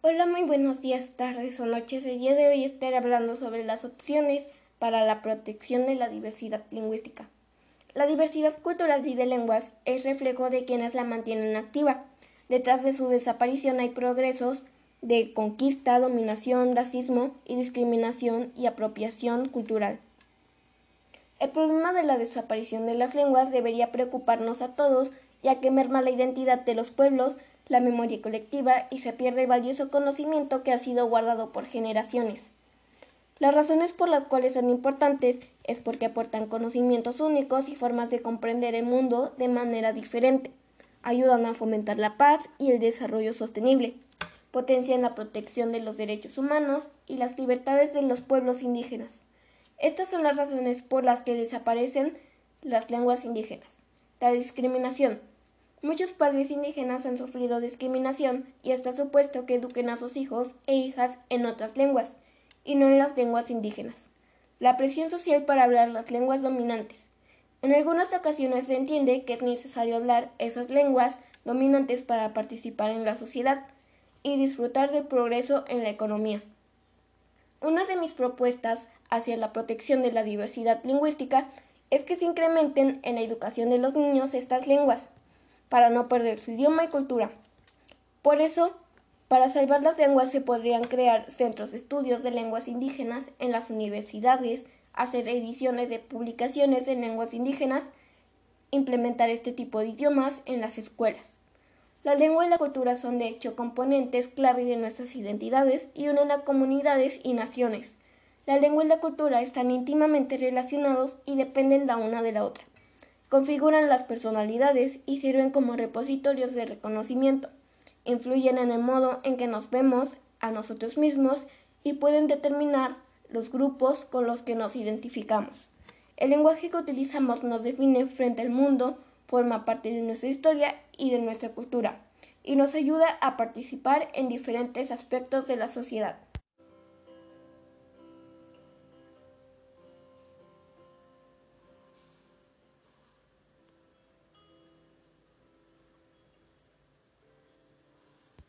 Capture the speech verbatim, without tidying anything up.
Hola, muy buenos días, tardes o noches. El día de hoy estaré hablando sobre las opciones para la protección de la diversidad lingüística. La diversidad cultural y de lenguas es reflejo de quienes la mantienen activa. Detrás de su desaparición hay progresos de conquista, dominación, racismo y discriminación y apropiación cultural. El problema de la desaparición de las lenguas debería preocuparnos a todos, ya que merma la identidad de los pueblos, la memoria colectiva y se pierde valioso conocimiento que ha sido guardado por generaciones. Las razones por las cuales son importantes es porque aportan conocimientos únicos y formas de comprender el mundo de manera diferente, ayudan a fomentar la paz y el desarrollo sostenible, potencian la protección de los derechos humanos y las libertades de los pueblos indígenas. Estas son las razones por las que desaparecen las lenguas indígenas. La discriminación. Muchos padres indígenas han sufrido discriminación y está supuesto que eduquen a sus hijos e hijas en otras lenguas y no en las lenguas indígenas. La presión social para hablar las lenguas dominantes. En algunas ocasiones se entiende que es necesario hablar esas lenguas dominantes para participar en la sociedad y disfrutar del progreso en la economía. Una de mis propuestas hacia la protección de la diversidad lingüística es que se incrementen en la educación de los niños estas lenguas, para no perder su idioma y cultura. Por eso, para salvar las lenguas se podrían crear centros de estudios de lenguas indígenas en las universidades, hacer ediciones de publicaciones en lenguas indígenas, implementar este tipo de idiomas en las escuelas. La lengua y la cultura son de hecho componentes clave de nuestras identidades y unen a comunidades y naciones. La lengua y la cultura están íntimamente relacionados y dependen la una de la otra. Configuran las personalidades y sirven como repositorios de reconocimiento. Influyen en el modo en que nos vemos a nosotros mismos y pueden determinar los grupos con los que nos identificamos. El lenguaje que utilizamos nos define frente al mundo, forma parte de nuestra historia y de nuestra cultura, y nos ayuda a participar en diferentes aspectos de la sociedad.